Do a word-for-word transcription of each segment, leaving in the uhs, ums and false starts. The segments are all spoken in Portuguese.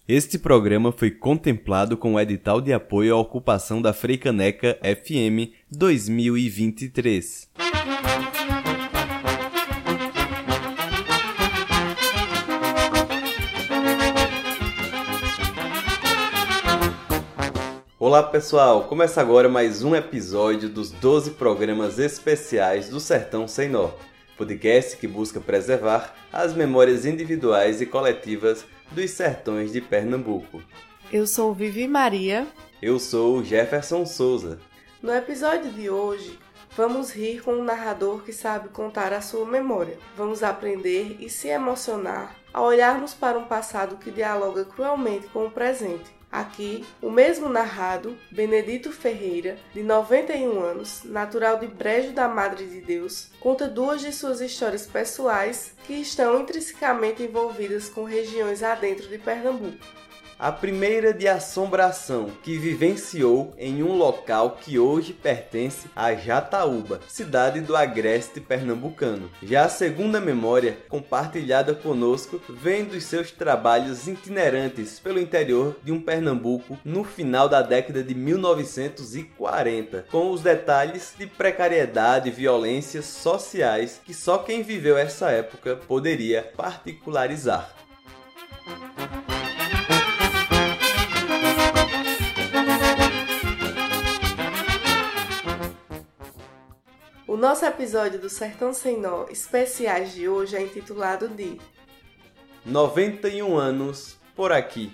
Este programa foi contemplado com o edital de apoio à ocupação da Freicaneca F M dois mil e vinte e três. Olá pessoal, começa agora mais um episódio dos doze programas especiais do Sertão Sem Nó, podcast que busca preservar as memórias individuais e coletivas dos sertões de Pernambuco. Eu sou Vivi Maria. Eu sou Jefferson Souza. No episódio de hoje, vamos rir com um narrador que sabe contar a sua memória. Vamos aprender e se emocionar ao olharmos para um passado que dialoga cruelmente com o presente. Aqui, o mesmo narrado, Benedito Ferreira, de noventa e um anos, natural de Brejo da Madre de Deus, conta duas de suas histórias pessoais que estão intrinsecamente envolvidas com regiões adentro de Pernambuco. A primeira de assombração que vivenciou em um local que hoje pertence a Jataúba, cidade do agreste pernambucano. Já a segunda memória, compartilhada conosco, vem dos seus trabalhos itinerantes pelo interior de um Pernambuco no final da década de mil novecentos e quarenta, com os detalhes de precariedade e violências sociais que só quem viveu essa época poderia particularizar. O nosso episódio do Sertão Sem Nó especiais de hoje é intitulado de noventa e um anos por aqui.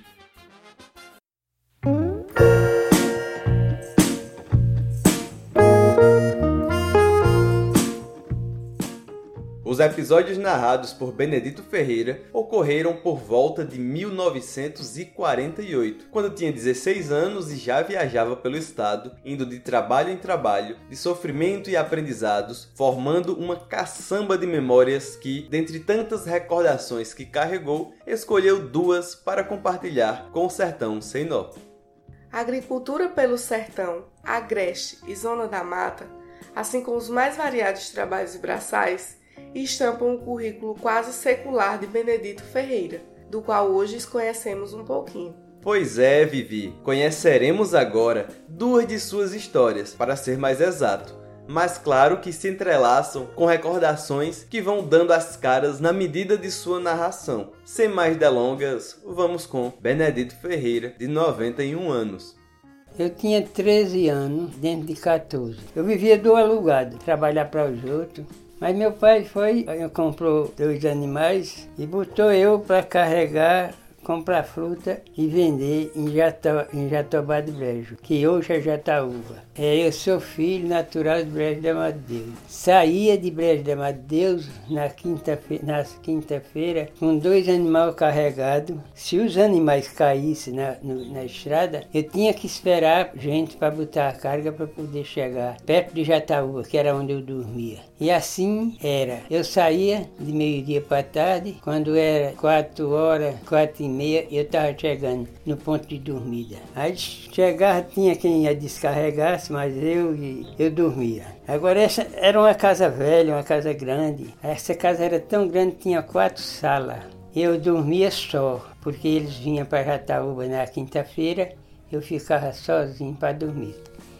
Os episódios narrados por Benedito Ferreira ocorreram por volta de mil novecentos e quarenta e oito, quando tinha dezesseis anos e já viajava pelo estado, indo de trabalho em trabalho, de sofrimento e aprendizados, formando uma caçamba de memórias que, dentre tantas recordações que carregou, escolheu duas para compartilhar com o Sertão Sem Nó. Agricultura pelo sertão, agreste e zona da mata, assim como os mais variados trabalhos braçais, estampam o currículo quase secular de Benedito Ferreira, do qual hoje conhecemos um pouquinho. Pois é, Vivi, conheceremos agora duas de suas histórias, para ser mais exato, mas claro que se entrelaçam com recordações que vão dando as caras na medida de sua narração. Sem mais delongas, vamos com Benedito Ferreira, de noventa e um anos. Eu tinha treze anos, dentro de quatorze. Eu vivia do alugado, trabalhar para os outros. Mas meu pai foi, comprou dois animais e botou eu para carregar, comprar fruta e vender em, Jató, em Jatobá de Brejo, que hoje é Jataúba. É, eu sou filho natural de Brejo da Madre de Deus. Saía de Brejo da Madre de Deus na quinta-feira, na quinta-feira com dois animais carregados. Se os animais caíssem na, no, na estrada, eu tinha que esperar gente para botar a carga para poder chegar perto de Jataúba, que era onde eu dormia. E assim era. Eu saía de meio-dia para tarde, quando era quatro horas, quatro e meia, eu estava chegando no ponto de dormida. Aí chegava, tinha quem ia descarregar, mas eu, eu dormia. Agora essa era uma casa velha, uma casa grande. Essa casa era tão grande, tinha quatro salas. Eu dormia só, porque eles vinham para Jataúba na quinta-feira, eu ficava sozinho para dormir.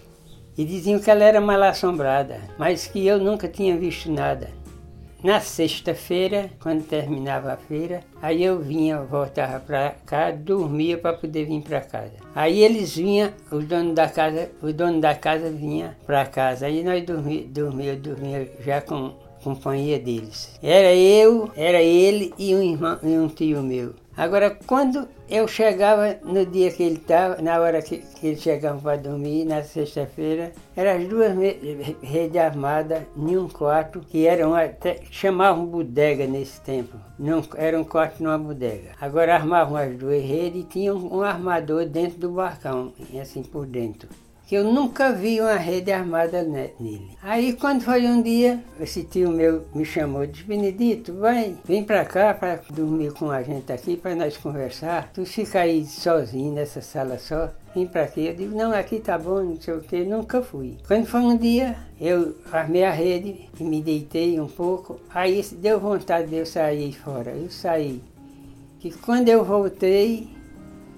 E diziam que ela era mal assombrada, mas que eu nunca tinha visto nada. Na sexta-feira, quando terminava a feira, aí eu vinha, voltava para cá, dormia para poder vir para casa. Aí eles vinham, o dono da casa, o dono da casa vinha para casa. Aí nós dormia, dormia, dormia já com a companhia deles. Era eu, era ele e um irmão e um tio meu. Agora, quando eu chegava no dia que ele estava, na hora que, que eles chegavam para dormir, na sexta-feira, eram as duas redes armadas em um quarto, que eram até, chamavam bodega nesse tempo. Não, era um quarto numa bodega. Agora armavam as duas redes e tinham um armador dentro do barcão, assim por dentro. Que eu nunca vi uma rede armada nele. Aí quando foi um dia, esse tio meu me chamou, disse: Benedito, vai, vem pra cá para dormir com a gente aqui, para nós conversar. Tu fica aí sozinho nessa sala só, vem pra aqui. Eu digo: não, aqui tá bom, não sei o que, nunca fui. Quando foi um dia, eu armei a rede e me deitei um pouco, aí deu vontade de eu sair fora. Eu saí. E quando eu voltei,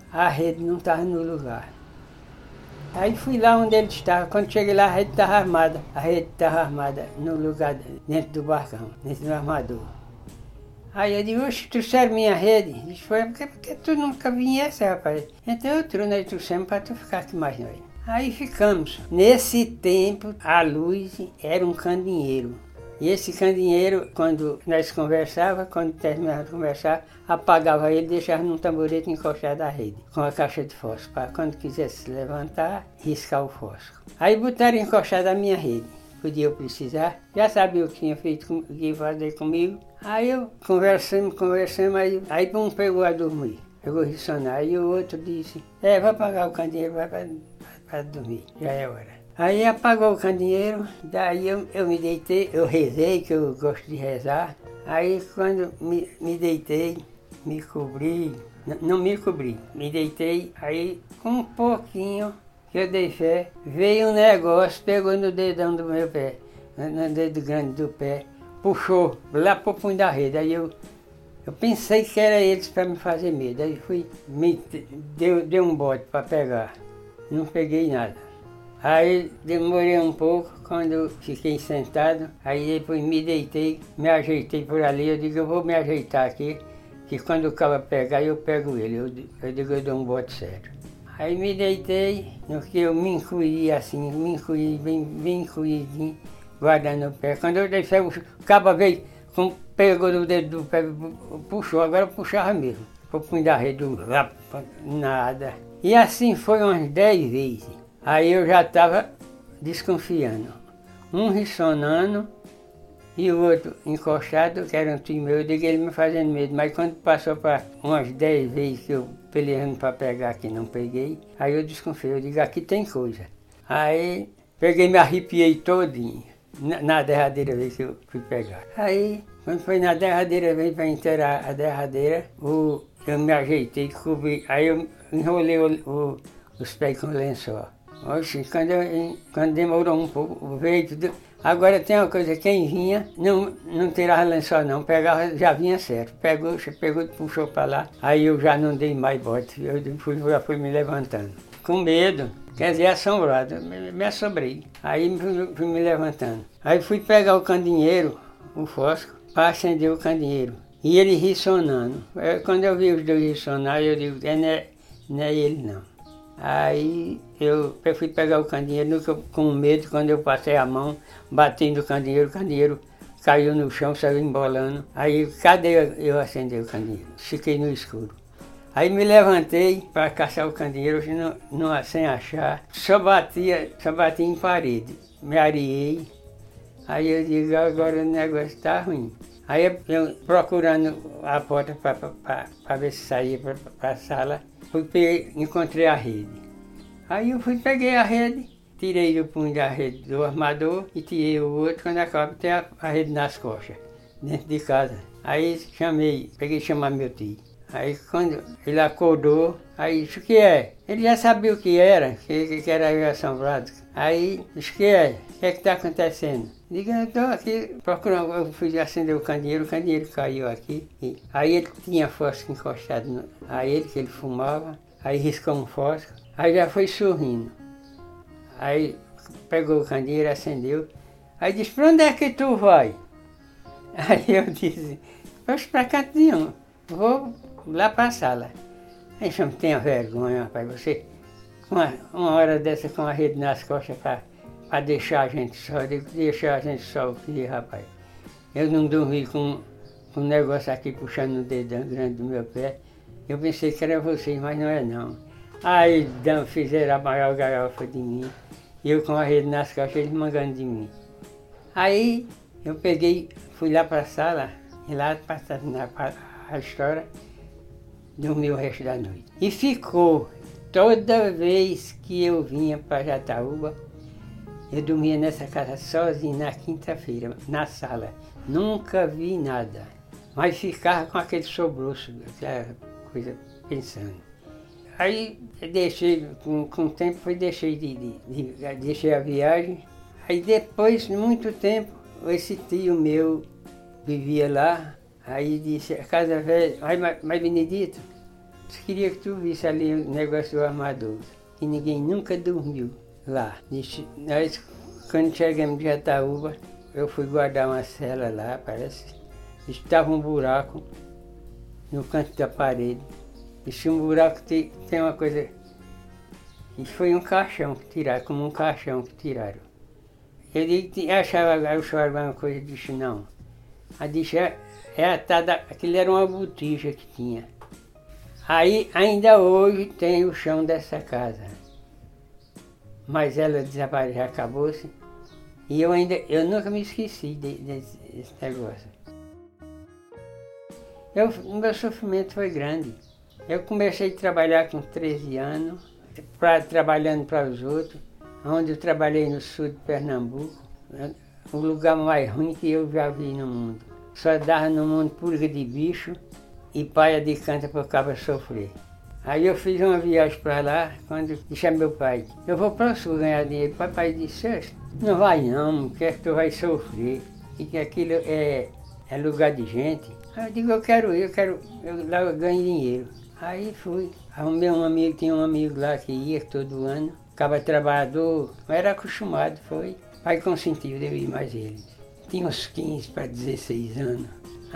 a rede não estava no lugar. Aí fui lá onde ele estava. Quando cheguei lá, a rede estava armada. A rede estava armada no lugar, dentro do barcão, dentro do armador. Aí eu digo, oxe, trouxeram minha rede? Ele disse, foi porque, porque tu nunca viesse, rapaz. Então eu trouxe, nós trouxemos para tu ficar aqui mais nós. Aí ficamos. Nesse tempo, a luz era um candeeiro. E esse candeeiro, quando nós conversávamos, quando terminava de conversar, apagava ele e deixava num tamborete encostado à rede, com a caixa de fósforo, para quando quisesse se levantar, riscar o fósforo. Aí botaram encostado a minha rede. Podia eu precisar, já sabia o que tinha feito, o que ia fazer comigo. Aí eu conversamos, conversamos, aí, aí um pegou a dormir, pegou a rissonar, e o outro disse, é, vai pagar o candeeiro, vai para dormir, já é hora. Aí apagou o candeeiro, daí eu, eu me deitei, eu rezei, que eu gosto de rezar. Aí quando me, me deitei, me cobri, não, não me cobri, me deitei, aí com um pouquinho que eu dei fé, veio um negócio, pegou no dedão do meu pé, no dedo grande do pé, puxou lá pro fundo da rede. Aí eu, eu pensei que era eles para me fazer medo, aí fui, me deu, deu um bote para pegar, não peguei nada. Aí demorei um pouco, quando eu fiquei sentado, aí depois me deitei, me ajeitei por ali, eu digo, eu vou me ajeitar aqui, que quando o cara pegar, eu pego ele, eu, eu digo, eu dou um bote sério. Aí me deitei, no que eu me encolhi assim, me encolhi bem, bem encolhidinho, guardando o pé. Quando eu deixei, o cabo veio, com, pegou no dedo do pé, puxou, agora eu puxava mesmo. Pro punho da rede, nada. E assim foi umas dez vezes. Aí eu já estava desconfiando. Um rissonando e o outro encostado, que era um tio meu, eu digo ele me fazendo medo. Mas quando passou para umas dez vezes que eu peleando para pegar aqui, não peguei, aí eu desconfiei, eu digo, aqui tem coisa. Aí peguei, me arrepiei todinho, na, na derradeira vez que eu fui pegar. Aí, quando foi na derradeira vez para inteirar a derradeira, o, eu me ajeitei, cobri, aí eu enrolei o, o, os pés com o lençol. Oxe, quando, eu, quando demorou um pouco, veio tudo. Agora tem uma coisa, quem vinha, não, não tirava lençol não, pegava, já vinha certo. Pegou, pegou, puxou para lá, aí eu já não dei mais bote, eu fui, já fui me levantando. Com medo, quer dizer, assombrado, me, me assombrei. Aí fui, fui me levantando. Aí fui pegar o candeeiro, o fósforo, para acender o candeeiro. E ele rissonando. Eu, quando eu vi os dois rissonar, eu digo, é, não, é, não é ele não. Aí eu fui pegar o candeeiro, com medo, quando eu passei a mão, bati no candeeiro, o candeeiro caiu no chão, saiu embolando. Aí cadê eu, eu acendi o candeeiro? Fiquei no escuro. Aí me levantei para caçar o candeeiro, não, não, sem achar, só batia, só batia em parede. Me areei, aí eu digo, agora o negócio está ruim. Aí eu procurando a porta para ver se saía para a sala, fui, peguei, encontrei a rede. Aí eu fui, peguei a rede, tirei o punho da rede do armador e tirei o outro, quando acaba tem a, a rede nas costas, dentro de casa. Aí chamei, peguei chamar meu tio. Aí quando ele acordou, aí disse, o que é? Ele já sabia o que era, que, que era eu assombrado. Aí disse, o que é? O que é que está acontecendo? Diga, eu estou aqui procurando, eu fui acender o candeeiro, o candeeiro caiu aqui. E aí ele tinha fósforo encostado no, a ele, que ele fumava, aí riscou um fósforo, aí já foi sorrindo. Aí pegou o candeeiro, acendeu, aí disse, para onde é que tu vai? Aí eu disse, vou para canto nenhum, vou lá para a sala. Aí não tenha vergonha, rapaz, você, uma, uma hora dessa com a rede nas costas para para deixar a gente só, eu digo, deixar a gente só o que, rapaz? Eu não dormi com, com um negócio aqui puxando o dedão grande do meu pé. Eu pensei que era vocês, mas não é não. Aí fizeram a maior garrafa de mim, e eu com a rede nas costas, eles mangando de mim. Aí eu peguei, fui lá para a sala, e lá para terminar a história, dormi o resto da noite. E ficou, toda vez que eu vinha para Jataúba, eu dormia nessa casa sozinho na quinta-feira, na sala. Nunca vi nada, mas ficava com aquele sobroço, aquela coisa pensando. Aí deixei, com, com o tempo, foi, deixei, de, de, de, deixei a viagem. Aí depois, de muito tempo, esse tio meu vivia lá, aí disse, a casa velha, mas, mas Benedito, Eu queria que tu visse ali o negócio do armador, que ninguém nunca dormiu lá. Nós, quando chegamos de Jataúba, eu fui guardar uma cela lá, parece. Estava um buraco no canto da parede. Esse um buraco tem, tem uma coisa... E foi um caixão que tiraram, como um caixão que tiraram. Eu digo, achava eu achava alguma coisa, disse não. A disse, é, é atada, aquilo era uma botija que tinha. Aí, ainda hoje, tem o chão dessa casa. Mas ela desapareceu, acabou-se. E eu ainda, eu nunca me esqueci de, desse, desse negócio. Eu, o meu sofrimento foi grande. Eu comecei a trabalhar com treze anos, pra, trabalhando para os outros, onde eu trabalhei no sul de Pernambuco, né? O lugar mais ruim que eu já vi no mundo. Só dava no mundo pulga de bicho e paia de canta para o cabo sofrer. Aí eu fiz uma viagem para lá, quando disse a meu pai, eu vou para o sul ganhar dinheiro. O papai disse, não vai não, porque tu vai sofrer, e que aquilo é, é lugar de gente. Aí eu digo, eu quero ir, eu quero, eu, lá eu ganho dinheiro. Aí fui, arrumei um amigo, tinha um amigo lá que ia todo ano, ficava trabalhador, mas era acostumado, foi. Aí consentiu de eu ir mais ele. Tinha uns quinze para dezesseis anos.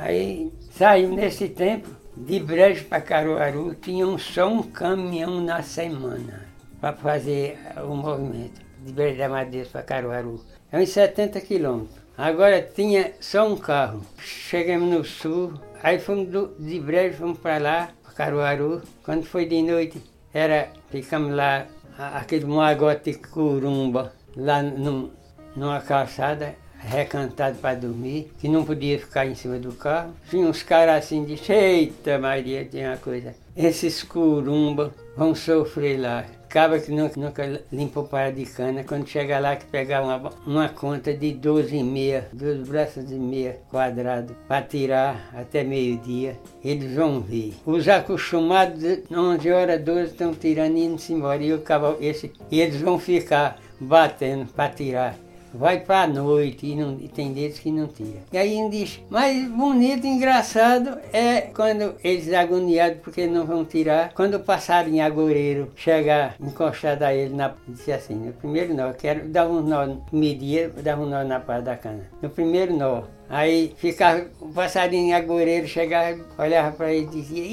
Aí saiu nesse tempo, de Brejo para Caruaru, tinha só um caminhão na semana para fazer o movimento, de Brejo da Madeira para Caruaru. É uns setenta quilômetros. Agora tinha só um carro. Chegamos no sul, aí fomos do, de Brejo, fomos para lá, para Caruaru. Quando foi de noite, era, ficamos lá, aquele moagote de curumba, lá no, numa calçada, recantado para dormir, que não podia ficar em cima do carro. Tinha uns caras assim, de eita Maria, tem uma coisa. Esses curumba vão sofrer lá. Acaba que nunca, nunca limpou palha de cana, quando chega lá que pegar uma, uma conta de doze e meia, dois braços e meia quadrados, para tirar até meio-dia, eles vão ver. Os acostumados, onze horas, doze, estão tirando e indo-se embora. E, o cavalo, esse, e eles vão ficar batendo para tirar. Vai para a noite e, não, e tem deles que não tira. E aí ele diz, mas bonito, engraçado é quando eles agoniados porque não vão tirar, quando o passarinho agoureiro chegar encostado a ele, na, disse assim, no primeiro nó, quero dar um nó, media, dar um nó na palha da cana. No primeiro nó. Aí ficava, o passarinho agoureiro chegava, olhava para ele e dizia,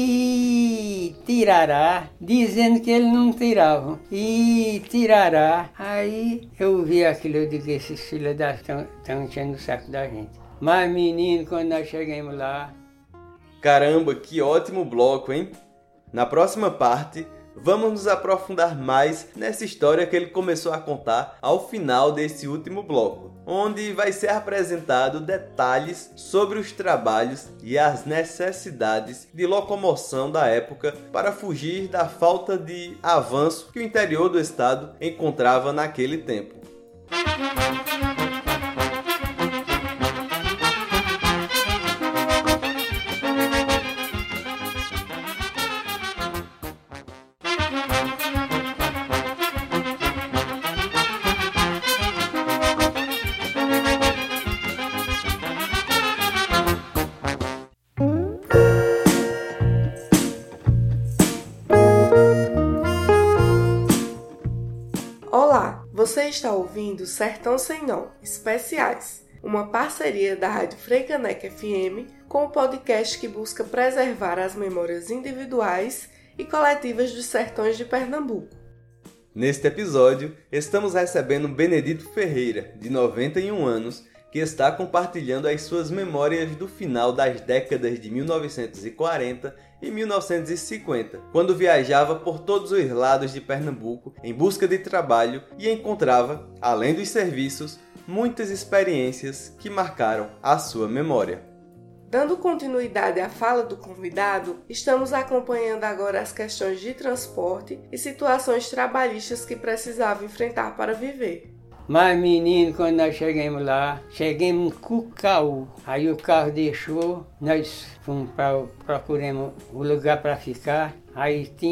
ih, tirará, dizendo que ele não tirava. Ih, tirará. Aí eu vi aquilo, eu digo, esses filhos estão enchendo o saco da gente. Mas menino, quando nós chegamos lá... Caramba, que ótimo bloco, hein? Na próxima parte, vamos nos aprofundar mais nessa história que ele começou a contar ao final desse último bloco, onde vai ser apresentado detalhes sobre os trabalhos e as necessidades de locomoção da época para fugir da falta de avanço que o interior do estado encontrava naquele tempo. Olá, você está ouvindo Sertão Sem Nó Especiais, uma parceria da Rádio Freicaneca F M com o podcast que busca preservar as memórias individuais e coletivas dos sertões de Pernambuco. Neste episódio, estamos recebendo Benedito Ferreira, de noventa e um anos, que está compartilhando as suas memórias do final das décadas de mil novecentos e quarenta e mil novecentos e cinquenta, quando viajava por todos os lados de Pernambuco em busca de trabalho e encontrava, além dos serviços, muitas experiências que marcaram a sua memória. Dando continuidade à fala do convidado, estamos acompanhando agora as questões de transporte e situações trabalhistas que precisava enfrentar para viver. Mas menino, quando nós chegamos lá, chegamos em Cucaú. Aí o carro deixou, nós fomos pra, procuramos o lugar para ficar. Aí tinha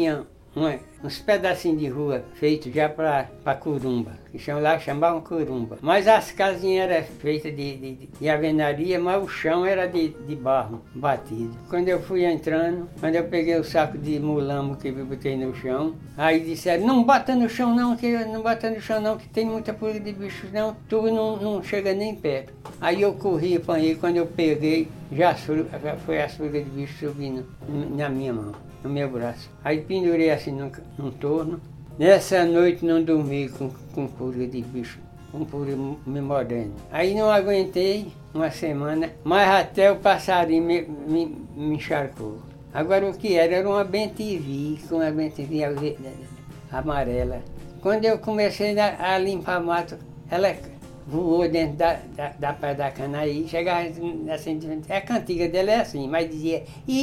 uma, uns pedacinhos de rua feitos já para curumba, que cham, lá chamavam curumba. Mas as casinhas eram feitas de, de, de alvenaria, mas o chão era de, de barro batido. Quando eu fui entrando, quando eu peguei o saco de mulamo que eu botei no chão, aí disseram, não bota no chão não, que não bota no chão não, que tem muita pulga de bicho não, tu não, não chega nem perto. Aí eu corri, apanhei, quando eu peguei, já foi as pulgas de bicho subindo na minha mão, no meu braço. Aí pendurei assim num, num torno. Nessa noite não dormi com, com pulga de bicho, com pulga me mordendo. Aí não aguentei uma semana, mas até o passarinho me, me, me encharcou. Agora o que era? Era uma bentivi, com uma bentivi amarela. Quando eu comecei a, a limpar mato, ela voou dentro da, da, da pé da cana aí, chegava assim, a cantiga dela é assim, mas dizia,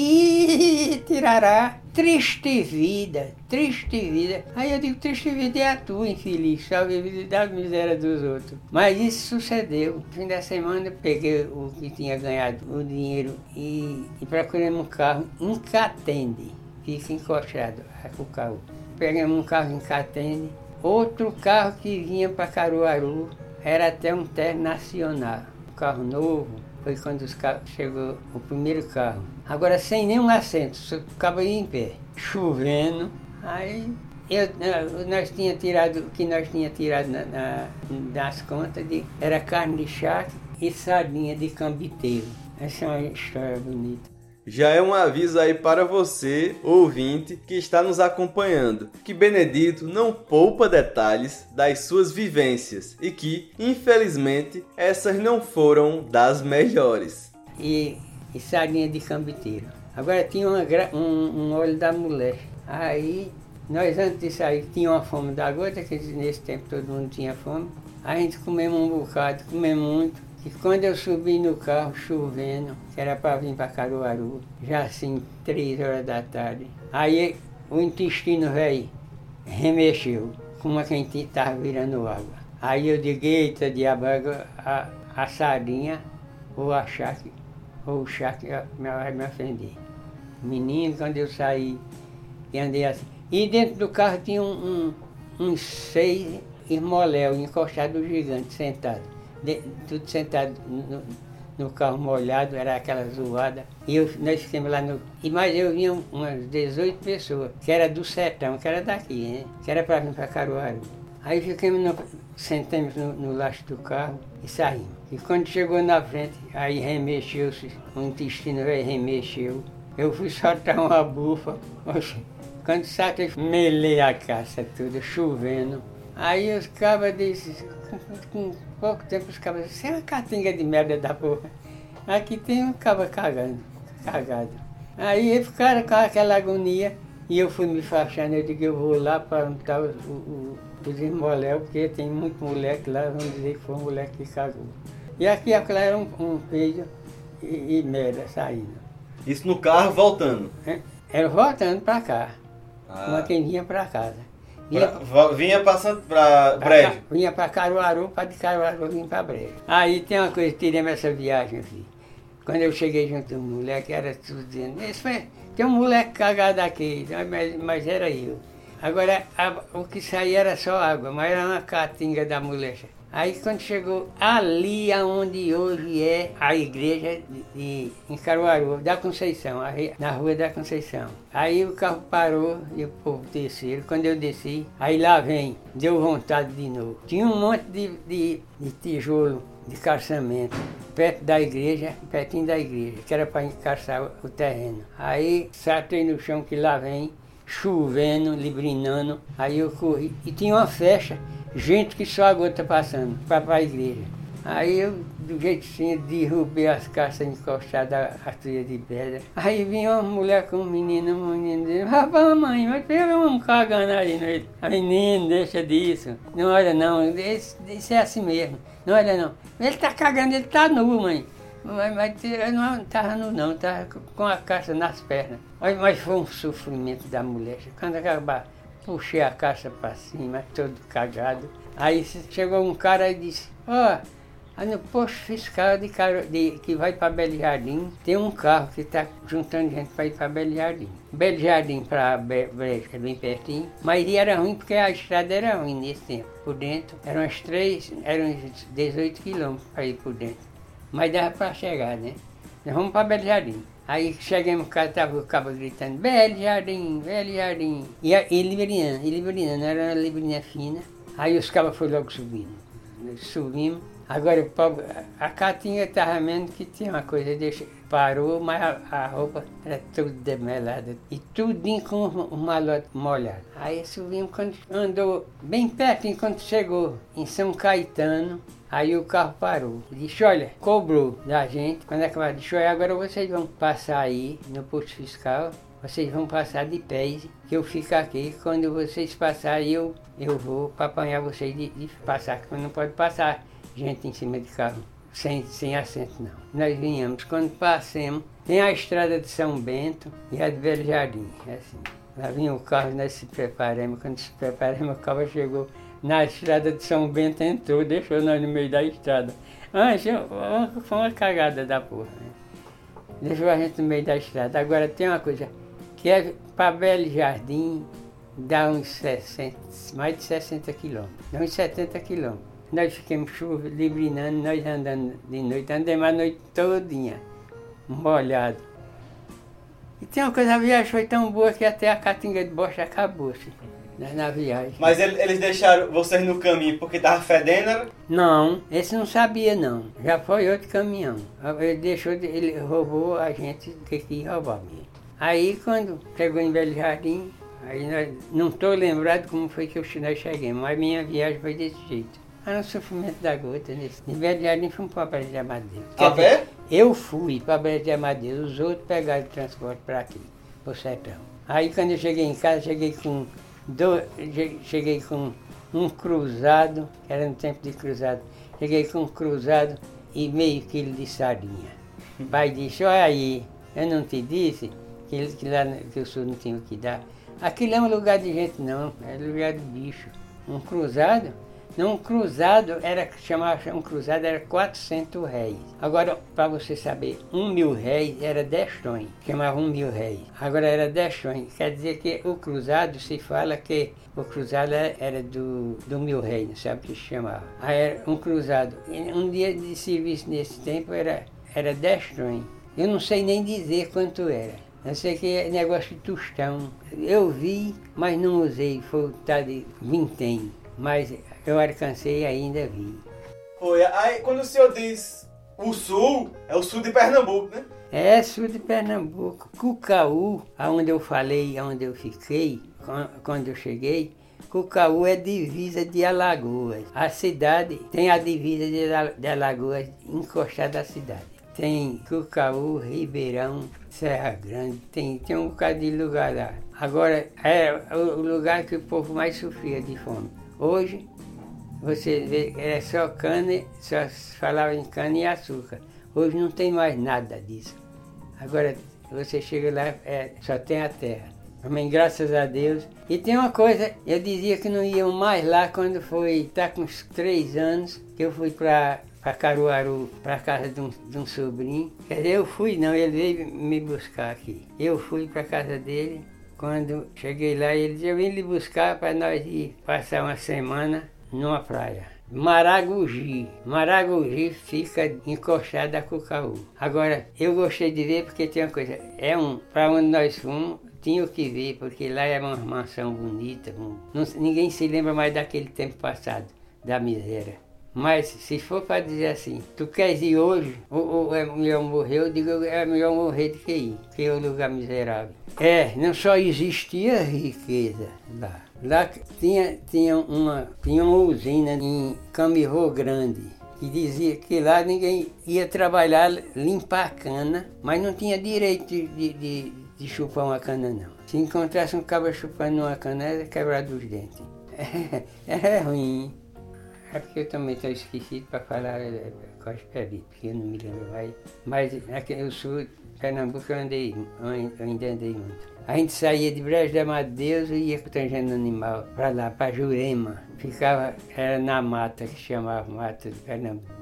ih, tirará, triste vida, triste vida. Aí eu digo, triste vida é a tua, infeliz, só vive da miséria dos outros. Mas isso sucedeu. No fim da semana eu peguei o que tinha ganhado, o dinheiro, e, e procurei um carro em Catende, fica encostado com o carro. Pegamos um carro em Catende, outro carro que vinha para Caruaru, era até um terno nacional, um carro novo, foi quando os carros, chegou o primeiro carro. Agora sem nenhum assento, só ficava aí em pé, chovendo. Aí eu, nós tínhamos tirado, o que nós tínhamos tirado na, na, das contas, de, era carne de charque e sardinha de cambiteiro. Essa é uma história bonita. Já é um aviso aí para você, ouvinte, que está nos acompanhando, que Benedito não poupa detalhes das suas vivências e que, infelizmente, essas não foram das melhores. E, e sardinha de cambiteiro. Agora tinha uma, um, um olho da mulher. Aí, nós antes de sair, tinha uma fome da gota, que nesse tempo todo mundo tinha fome. A gente comemos um bocado, comemos muito. E quando eu subi no carro, chovendo, que era para vir para Caruaru, já assim, três horas da tarde, aí o intestino velho remexeu, como quem estava virando água. Aí eu digo, eita, diabo, a, a sardinha, ou a charque, ou o charque vai me ofender. Menino, quando eu saí, e andei assim. E dentro do carro tinha um, um, uns seis irmoléu encostados gigantes, sentados. De, tudo sentado no, no carro molhado, era aquela zoada. E eu, nós ficamos lá no... E mais eu vinha umas dezoito pessoas, que era do sertão, que era daqui, né? Que era para vir para Caruaru. Aí ficamos, no, sentamos no, no lastro do carro e saímos. E quando chegou na frente, aí remexeu-se, o intestino aí remexeu. Eu fui soltar uma bufa. Oxe, quando saquei, melei a caça toda, chovendo. Aí os cabas disseram, com pouco tempo os cabas disseram, isso é uma catinga de merda da porra. Aqui tem um caba cagando, cagado. Aí eles ficaram com aquela agonia e eu fui me fachando, eu digo, eu vou lá para onde está os, os, os irmoléus, porque tem muito moleque lá, vão dizer que foi um moleque que cagou. E aqui aquela era um, um peido e, e merda saindo. Isso no carro voltando? Era voltando para cá, ah. Uma quem vinha para casa. Vinha, pra, vinha passando para Brejo? Vinha para Caruaru, para de Caruaru vinha para Brejo. Aí tem uma coisa, tiremos essa viagem, filho. Quando eu cheguei junto do moleque, era tudo dizendo, esse foi, tem um moleque cagado aqui, mas, mas era eu. Agora, a, o que saía era só água, mas era uma catinga da molecha. Aí quando chegou ali aonde hoje é a igreja de, de, em Caruaru, da Conceição, na rua da Conceição. Aí o carro parou e o povo desceram. Quando eu desci, aí lá vem, deu vontade de novo. Tinha um monte de, de, de tijolo de calçamento perto da igreja, pertinho da igreja, que era para encaixar o terreno. Aí saltei no chão que lá vem, chovendo, librinando. Aí eu corri e tinha uma festa. Gente que só a gota passando para a igreja. Aí eu, do jeitinho, derrubei as caixas encostadas à trilha de pedra. Aí vinha uma mulher com um menino, um menino dizendo, rapaz, mãe, mas pega um cagando aí. Né? A menina, deixa disso. Não olha não, isso, isso é assim mesmo. Não olha não. Ele tá cagando, ele tá nu, mãe. Mas, mas eu não estava nu não, estava com a caixa nas pernas. Mas, mas foi um sofrimento da mulher. Quando acabar, puxei a caixa para cima, todo cagado. Aí chegou um cara e disse, ó, oh, Aí no posto fiscal de, Caro, de que vai para Belo Jardim, tem um carro que está juntando gente para ir para Belo Jardim. Belo Jardim para Brejo é bem pertinho, mas era ruim porque a estrada era ruim nesse tempo. Por dentro eram uns três, eram uns dezoito quilômetros para ir por dentro. Mas dava para chegar, né? Nós vamos para Belo Jardim. Aí chegamos em casa, estava o cabo gritando, Belo Jardim, Belo Jardim. E, e librinando, e librinando, era uma librinha fina. Aí os cabos foram logo subindo. Nós subimos. Agora o povo, a Catinha estava vendo que tinha uma coisa, deixa, parou, mas a, a roupa era toda demelada. E tudinho com o malote molhado. Aí subimos, quando andou bem pertinho, quando chegou em São Caetano, aí o carro parou. Disse, olha, cobrou da gente. Quando acabou, disse, olha, agora vocês vão passar aí no posto fiscal. Vocês vão passar de pés, que eu fico aqui. Quando vocês passarem, eu, eu vou para apanhar vocês de, de passar, porque não pode passar gente em cima de carro, sem, sem assento não. Nós vinhamos, quando passamos, tem a estrada de São Bento e a de Belo Jardim, assim. Lá vinha o carro, nós se preparamos, quando se preparamos, o carro chegou na estrada de São Bento, entrou, deixou nós no meio da estrada. Ah, foi uma cagada da porra, né? Deixou a gente no meio da estrada. Agora tem uma coisa, que é para Belo Jardim, dá uns sessenta, mais de sessenta quilômetros, dá uns setenta quilômetros. Nós ficamos chuva, librinando, nós andando de noite, andamos a noite todinha, molhado. E tem uma coisa, a viagem foi tão boa que até a catinga de bosta acabou-se na, na viagem. Mas ele, eles deixaram vocês no caminho porque tava fedendo? Não, esse não sabia não, já foi outro caminhão. Ele deixou, de, ele roubou a gente que quis roubar mesmo. Aí quando chegou em Belo Jardim, aí nós, não estou lembrado como foi que nós chegamos, mas minha viagem foi desse jeito. Era o sofrimento da gota. Nesse. Em Belo Jardim fomos para Belo de Amadeus. A pé? Eu fui para Belo de Amadeus, os outros pegaram o transporte para aqui, para o sertão. Aí quando eu cheguei em casa, cheguei com, do, cheguei com um cruzado, era no tempo de cruzado, cheguei com um cruzado e meio quilo de sardinha. O pai disse, olha aí, eu não te disse que, que lá que o senhor não tinha o que dar. Aquilo é um lugar de gente não, é lugar de bicho. Um cruzado? Não, um cruzado, era, chamava um cruzado, era quatrocentos réis. Agora, para você saber, um mil réis era dez tons, chamava um mil réis. Agora era dez tons, quer dizer que o cruzado, se fala que o cruzado era do, do mil réis, não sabe o que se chamava. Aí era um cruzado, um dia de serviço nesse tempo era, era dez tons. Eu não sei nem dizer quanto era. Eu sei que é negócio de tostão. Eu vi, mas não usei, foi o tal de vintém. Mas eu alcancei e ainda vi. Foi, aí quando o senhor diz o sul, é o sul de Pernambuco, né? É, sul de Pernambuco. Cucaú, aonde eu falei, aonde eu fiquei, quando eu cheguei, Cucaú é divisa de Alagoas. A cidade tem a divisa de Alagoas encostada à cidade. Tem Cucaú, Ribeirão, Serra Grande, tem, tem um bocado de lugar lá. Agora, é o lugar que o povo mais sofria de fome. Hoje, você vê, é só cana, só falava em cana e açúcar. Hoje não tem mais nada disso. Agora, você chega lá, é, só tem a terra. Também, graças a Deus. E tem uma coisa, eu dizia que não iam mais lá quando foi, tá com uns três anos, que eu fui para para Caruaru, para casa de um, de um sobrinho. Quer dizer, eu fui não, ele veio me buscar aqui. Eu fui para casa dele. Quando cheguei lá, ele disse, eu vim lhe buscar para nós ir passar uma semana numa praia. Maragogi. Maragogi fica encostada a Cucaú. Agora, eu gostei de ver porque tem uma coisa, é um, para onde nós fomos, tinha o que ver, porque lá é uma mansão bonita. Um, não, ninguém se lembra mais daquele tempo passado, da miséria. Mas se for para dizer assim, tu queres ir hoje, ou, ou é melhor morrer, eu digo é melhor morrer do que ir, que é um lugar miserável. É, não só existia riqueza lá. Lá tinha, tinha, uma, tinha uma usina em Camirô Grande, que dizia que lá ninguém ia trabalhar, limpar a cana, mas não tinha direito de, de, de, de chupar uma cana não. Se encontrasse um cabra chupando uma cana, era quebrar dos dentes. É, é ruim. É porque eu também estou esquecido para falar é, quase perdido, porque eu não me lembro mais. Mas aqui no sul, Pernambuco, eu andei, eu ainda andei muito. A gente saía de Brejo de Amadeus e ia tangendo animal para lá, para Jurema. Ficava, era na mata, que chamava Mata de Pernambuco.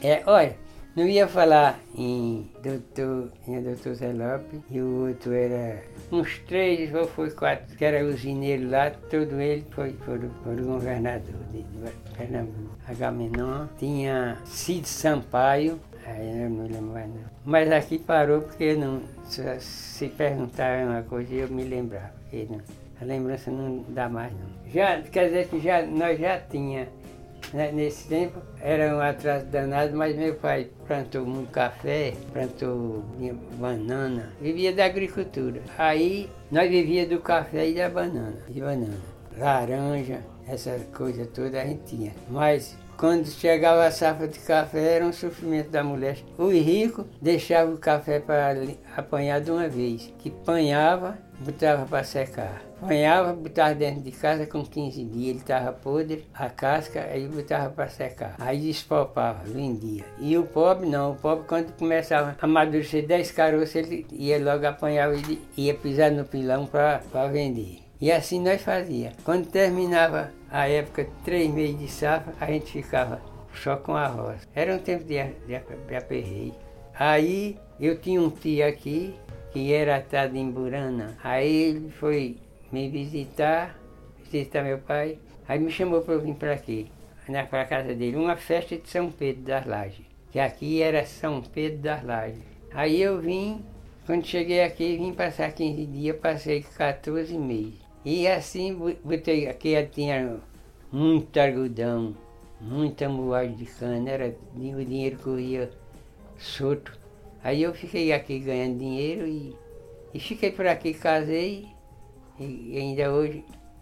É, olha, não ia falar em doutor, em doutor Zé Lopes, e o outro era uns três ou foi quatro, que era usineiro lá, todo ele foi, foi, foi o governador de, de Pernambuco. Agamenon, tinha Cid Sampaio, aí eu não lembro mais não. Mas aqui parou porque não, se, se perguntaram uma coisa eu me lembrava, porque não, a lembrança não dá mais não. Já, quer dizer que já, nós já tinha, né, nesse tempo, era um atraso danado, mas meu pai plantou muito café, plantou banana, vivia da agricultura. Aí nós vivíamos do café e da banana, de banana, laranja, essa coisa toda a gente tinha. Mas quando chegava a safra de café era um sofrimento da mulher. Os ricos deixavam o café para apanhar de uma vez, que apanhava, botava para secar. Apanhava, botava dentro de casa com quinze dias, ele estava podre, a casca, aí botava para secar. Aí despalpava, vendia. E o pobre não, o pobre quando começava a amadurecer dez caroços, ele ia logo apanhar e ia pisar no pilão para vender. E assim nós fazíamos. Quando terminava a época de três meses de safra, a gente ficava só com a roça. Era um tempo de, de, de aperreio. Aí eu tinha um tio aqui, que era atado em Burana. Aí ele foi me visitar, visitar meu pai. Aí me chamou para eu vir para aqui, na pra casa dele, uma festa de São Pedro das Lajes. Que aqui era São Pedro das Lajes. Aí eu vim, quando cheguei aqui, vim passar quinze dias, passei quatorze meses. E assim, botei, aqui tinha muito algodão, muita moagem de cana, era, o dinheiro corria solto. Aí eu fiquei aqui ganhando dinheiro e, e fiquei por aqui, casei e ainda hoje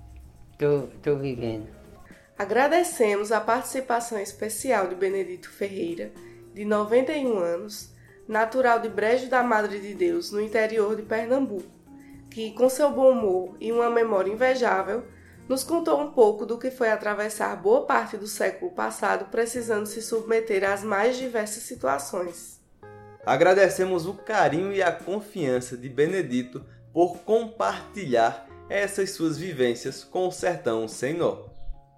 estou vivendo. Agradecemos a participação especial de Benedito Ferreira, de noventa e um anos, natural de Brejo da Madre de Deus, no interior de Pernambuco, que, com seu bom humor e uma memória invejável, nos contou um pouco do que foi atravessar boa parte do século passado precisando se submeter às mais diversas situações. Agradecemos o carinho e a confiança de Benedito por compartilhar essas suas vivências com o Sertão Sem Nó.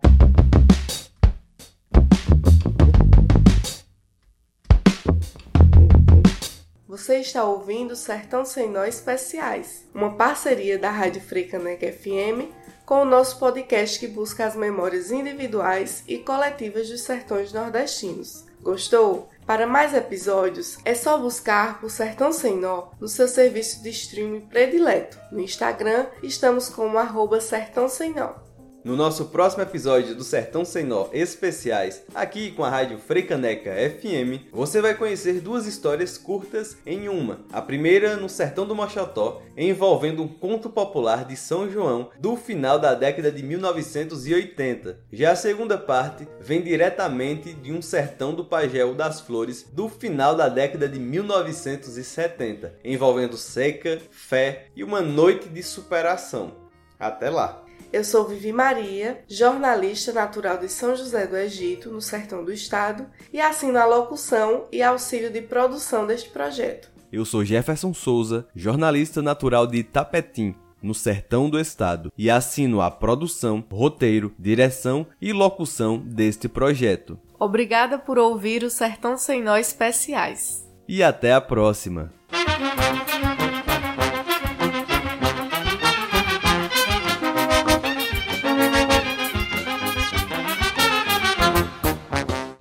Você está ouvindo Sertão Sem Nó Especiais, uma parceria da Rádio Frecaneca F M com o nosso podcast que busca as memórias individuais e coletivas dos sertões nordestinos. Gostou? Para mais episódios, é só buscar por Sertão Sem Nó no seu serviço de streaming predileto. No Instagram, estamos como arroba Sertão Sem Nó. No nosso próximo episódio do Sertão Sem Nó Especiais, aqui com a Rádio Frecaneca F M, você vai conhecer duas histórias curtas em uma. A primeira no Sertão do Mochotó, envolvendo um conto popular de São João do final da década de mil novecentos e oitenta. Já a segunda parte vem diretamente de um sertão do Pagel das Flores do final da década de mil novecentos e setenta, envolvendo seca, fé e uma noite de superação. Até lá! Eu sou Vivi Maria, jornalista natural de São José do Egito, no sertão do estado, e assino a locução e auxílio de produção deste projeto. Eu sou Jefferson Souza, jornalista natural de Itapetim, no sertão do estado, e assino a produção, roteiro, direção e locução deste projeto. Obrigada por ouvir o Sertão Sem Nó Especiais. E até a próxima!